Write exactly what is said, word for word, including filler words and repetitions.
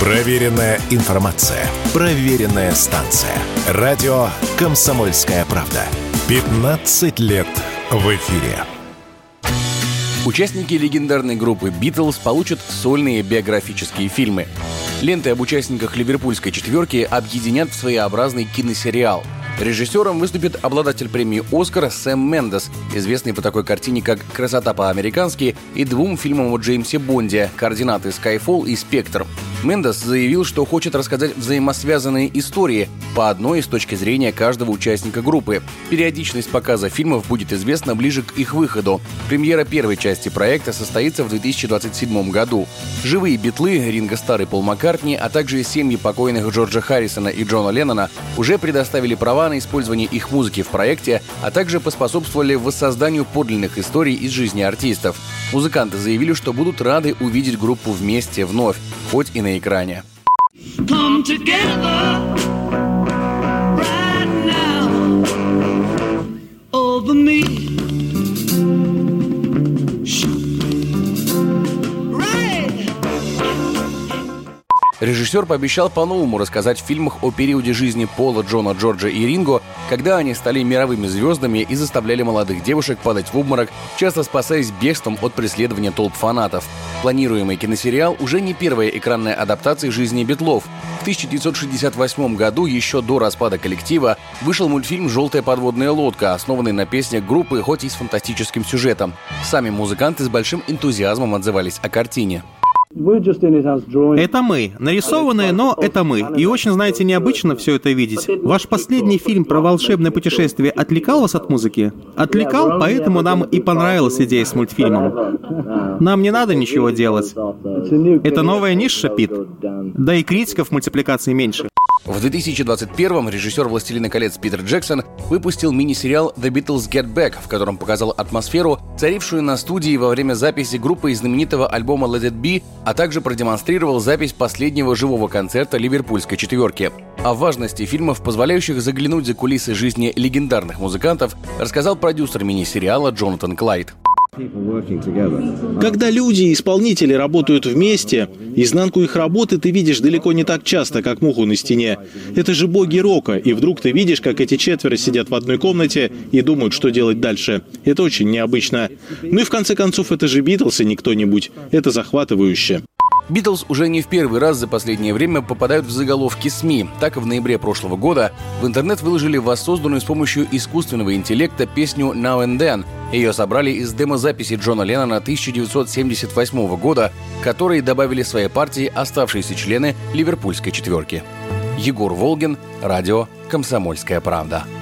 Проверенная информация. Проверенная станция. Радио «Комсомольская правда». пятнадцать лет в эфире. Участники легендарной группы «Битлз» получат сольные биографические фильмы. Ленты об участниках ливерпульской четверки объединят в своеобразный киносериал. Режиссером выступит обладатель премии «Оскар» Сэм Мендес, известный по такой картине, как «Красота по-американски» и двум фильмам о Джеймсе Бонде «Координаты», «Скайфолл» и «Спектр». Мендес заявил, что хочет рассказать взаимосвязанные истории, по одной с точки зрения каждого участника группы. Периодичность показа фильмов будет известна ближе к их выходу. Премьера первой части проекта состоится в две тысячи двадцать седьмом году. Живые битлы Ринго Старр и Пол Маккартни, а также семьи покойных Джорджа Харрисона и Джона Леннона уже предоставили права на использование их музыки в проекте, а также поспособствовали воссозданию подлинных историй из жизни артистов. Музыканты заявили, что будут рады увидеть группу вместе вновь, хоть и на экране. Come together right now over me. Режиссер пообещал по-новому рассказать в фильмах о периоде жизни Пола, Джона, Джорджа и Ринго, когда они стали мировыми звездами и заставляли молодых девушек падать в обморок, часто спасаясь бегством от преследования толп фанатов. Планируемый киносериал уже не первая экранная адаптация жизни битлов. В тысяча девятьсот шестьдесят восьмом году, еще до распада коллектива, вышел мультфильм «Желтая подводная лодка», основанный на песнях группы, хоть и с фантастическим сюжетом. Сами музыканты с большим энтузиазмом отзывались о картине. Это мы. Нарисованные, но это мы. И очень, знаете, необычно все это видеть. Ваш последний фильм про волшебное путешествие отвлекал вас от музыки? Отвлекал, поэтому нам и понравилась идея с мультфильмом. Нам не надо ничего делать. Это новая ниша, Пит. Да и критиков в мультипликации меньше. В две тысячи двадцать первом режиссер «Властелина колец» Питер Джексон выпустил мини-сериал «The Beatles Get Back», в котором показал атмосферу, царившую на студии во время записи группы из знаменитого альбома «Let It Be», а также продемонстрировал запись последнего живого концерта ливерпульской четверки. О важности фильмов, позволяющих заглянуть за кулисы жизни легендарных музыкантов, рассказал продюсер мини-сериала Джонатан Клайд. Когда люди и исполнители работают вместе, изнанку их работы ты видишь далеко не так часто, как муху на стене. Это же боги рока, и вдруг ты видишь, как эти четверо сидят в одной комнате и думают, что делать дальше. Это очень необычно. Ну и в конце концов, это же Битлз, а не кто-нибудь. Это захватывающе. «Битлз» уже не в первый раз за последнее время попадают в заголовки СМИ. Так, в ноябре прошлого года в интернет выложили воссозданную с помощью искусственного интеллекта песню «Now and Then». Ее собрали из демозаписи Джона Леннона тысяча девятьсот семьдесят восьмого года, которые добавили своей партии оставшиеся члены ливерпульской четверки. Егор Волгин, радио «Комсомольская правда».